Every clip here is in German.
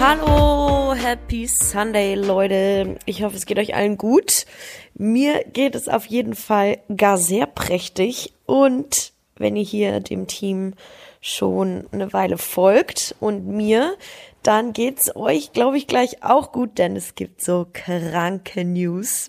Hallo, Happy Sunday, Leute. Ich hoffe, es geht euch allen gut. Mir geht es auf jeden Fall gar sehr prächtig. Und wenn ihr hier dem Team schon eine Weile folgt und mir, dann geht's euch, glaube ich, gleich auch gut, denn es gibt so kranke News.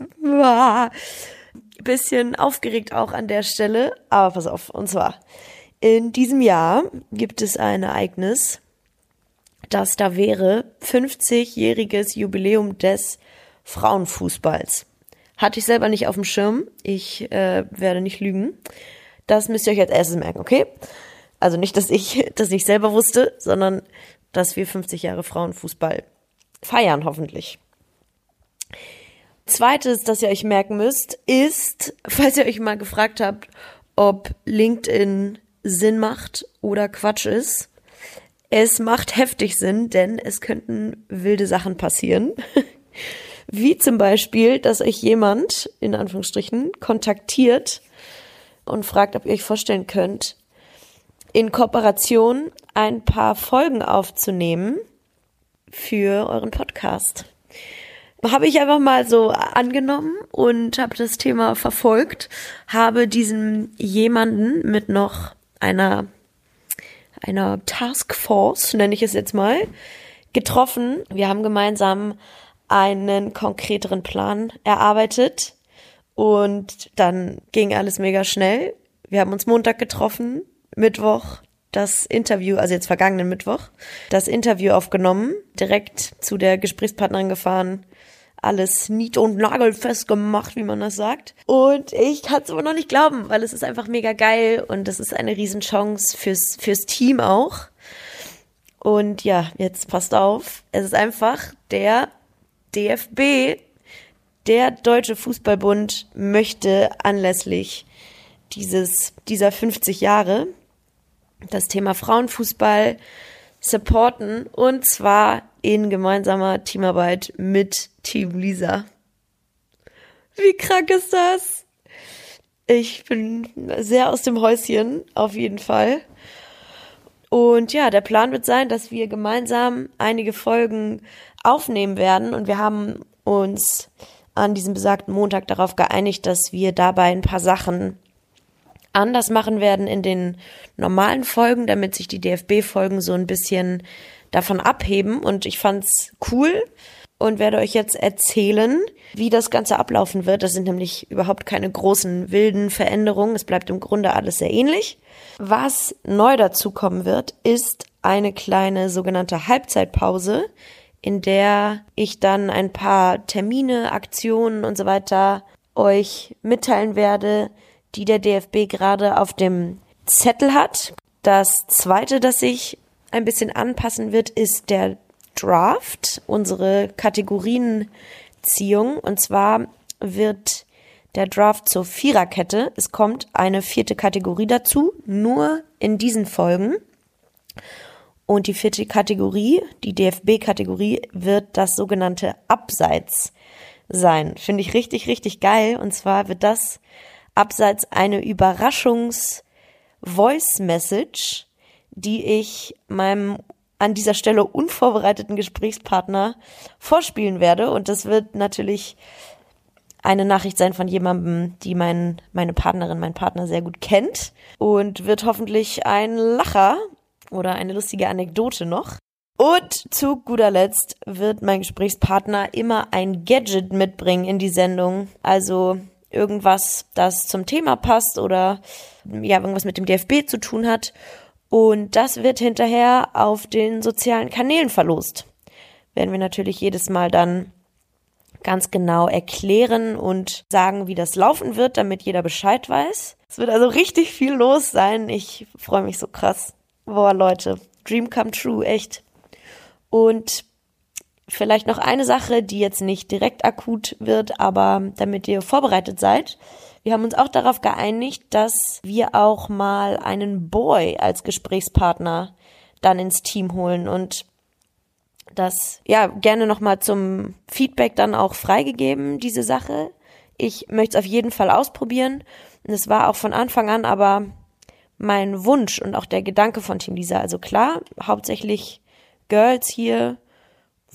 Bisschen aufgeregt auch an der Stelle, aber pass auf, und zwar, in diesem Jahr gibt es ein Ereignis, das da wäre 50-jähriges Jubiläum des Frauenfußballs. Hatte ich selber nicht auf dem Schirm. Ich werde nicht lügen. Das müsst ihr euch als erstes merken, okay? Also nicht, dass ich das nicht selber wusste, sondern dass wir 50 Jahre Frauenfußball feiern, hoffentlich. Zweites, das ihr euch merken müsst, ist, falls ihr euch mal gefragt habt, ob LinkedIn Sinn macht oder Quatsch ist. Es macht heftig Sinn, denn es könnten wilde Sachen passieren. Wie zum Beispiel, dass euch jemand, in Anführungsstrichen, kontaktiert und fragt, ob ihr euch vorstellen könnt, in Kooperation ein paar Folgen aufzunehmen für euren Podcast. Habe ich einfach mal so angenommen und habe das Thema verfolgt, habe diesen jemanden mit noch einer Taskforce, nenne ich es jetzt mal, getroffen. Wir haben gemeinsam einen konkreteren Plan erarbeitet und dann ging alles mega schnell. Wir haben uns Montag getroffen, Mittwoch das Interview, also jetzt vergangenen Mittwoch, das Interview aufgenommen, direkt zu der Gesprächspartnerin gefahren, alles nied- und nagelfest gemacht, wie man das sagt. Und ich kann es aber noch nicht glauben, weil es ist einfach mega geil und es ist eine Riesenchance fürs Team auch. Und ja, jetzt passt auf, es ist einfach der DFB, der Deutsche Fußballbund, möchte anlässlich dieser 50 Jahre das Thema Frauenfußball supporten und zwar in gemeinsamer Teamarbeit mit Team Lisa. Wie krank ist das? Ich bin sehr aus dem Häuschen, auf jeden Fall. Und ja, der Plan wird sein, dass wir gemeinsam einige Folgen aufnehmen werden und wir haben uns an diesem besagten Montag darauf geeinigt, dass wir dabei ein paar Sachen anders machen werden in den normalen Folgen, damit sich die DFB-Folgen so ein bisschen davon abheben. Und ich fand's cool und werde euch jetzt erzählen, wie das Ganze ablaufen wird. Das sind nämlich überhaupt keine großen, wilden Veränderungen. Es bleibt im Grunde alles sehr ähnlich. Was neu dazu kommen wird, ist eine kleine sogenannte Halbzeitpause, in der ich dann ein paar Termine, Aktionen und so weiter euch mitteilen werde, die der DFB gerade auf dem Zettel hat. Das zweite, das sich ein bisschen anpassen wird, ist der Draft, unsere Kategorienziehung. Und zwar wird der Draft zur Viererkette. Es kommt eine 4. Kategorie dazu, nur in diesen Folgen. Und die 4. Kategorie, die DFB-Kategorie, wird das sogenannte Abseits sein. Finde ich richtig, richtig geil. Und zwar wird das Abseits eine Überraschungs-Voice-Message, die ich meinem an dieser Stelle unvorbereiteten Gesprächspartner vorspielen werde. Und das wird natürlich eine Nachricht sein von jemandem, die meine Partnerin, mein Partner sehr gut kennt. Und wird hoffentlich ein Lacher oder eine lustige Anekdote noch. Und zu guter Letzt wird mein Gesprächspartner immer ein Gadget mitbringen in die Sendung. Also irgendwas, das zum Thema passt oder ja, irgendwas mit dem DFB zu tun hat. Und das wird hinterher auf den sozialen Kanälen verlost. Werden wir natürlich jedes Mal dann ganz genau erklären und sagen, wie das laufen wird, damit jeder Bescheid weiß. Es wird also richtig viel los sein. Ich freue mich so krass. Boah, Leute, Dream come true, echt. Und vielleicht noch eine Sache, die jetzt nicht direkt akut wird, aber damit ihr vorbereitet seid. Wir haben uns auch darauf geeinigt, dass wir auch mal einen Boy als Gesprächspartner dann ins Team holen und das ja gerne nochmal zum Feedback dann auch freigegeben, diese Sache. Ich möchte es auf jeden Fall ausprobieren und es war auch von Anfang an aber mein Wunsch und auch der Gedanke von Team Lisa. Also klar, hauptsächlich Girls hier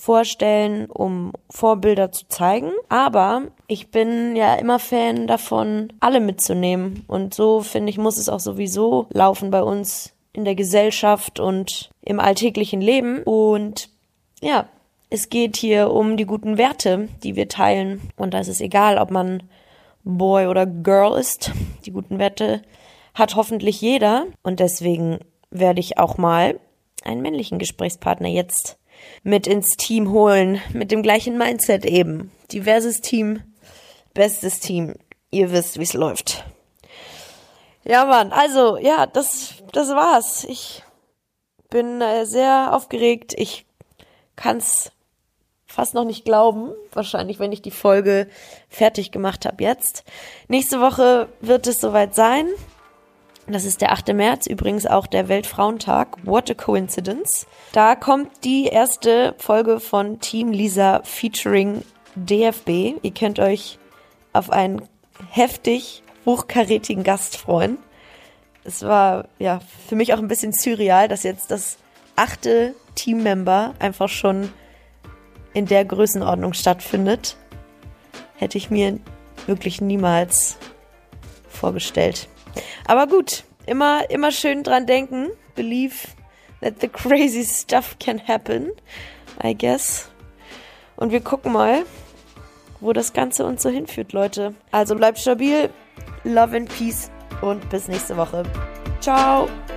vorstellen, um Vorbilder zu zeigen. Aber ich bin ja immer Fan davon, alle mitzunehmen. Und so, finde ich, muss es auch sowieso laufen bei uns in der Gesellschaft und im alltäglichen Leben. Und ja, es geht hier um die guten Werte, die wir teilen. Und da ist es egal, ob man Boy oder Girl ist. Die guten Werte hat hoffentlich jeder. Und deswegen werde ich auch mal einen männlichen Gesprächspartner jetzt mit ins Team holen, mit dem gleichen Mindset eben. Diverses Team, bestes Team. Ihr wisst, wie es läuft. Ja, Mann, also, ja, das war's. Ich bin sehr aufgeregt. Ich kann's fast noch nicht glauben. Wahrscheinlich, wenn ich die Folge fertig gemacht habe jetzt. Nächste Woche wird es soweit sein. Das ist der 8. März, übrigens auch der Weltfrauentag. What a coincidence. Da kommt die erste Folge von Team Lisa featuring DFB. Ihr könnt euch auf einen heftig hochkarätigen Gast freuen. Es war ja für mich auch ein bisschen surreal, dass jetzt das 8. Teammember einfach schon in der Größenordnung stattfindet. Hätte ich mir wirklich niemals vorgestellt. Aber gut, immer schön dran denken. Believe that the crazy stuff can happen, I guess. Und wir gucken mal, wo das Ganze uns so hinführt, Leute. Also bleibt stabil, love and peace und bis nächste Woche. Ciao!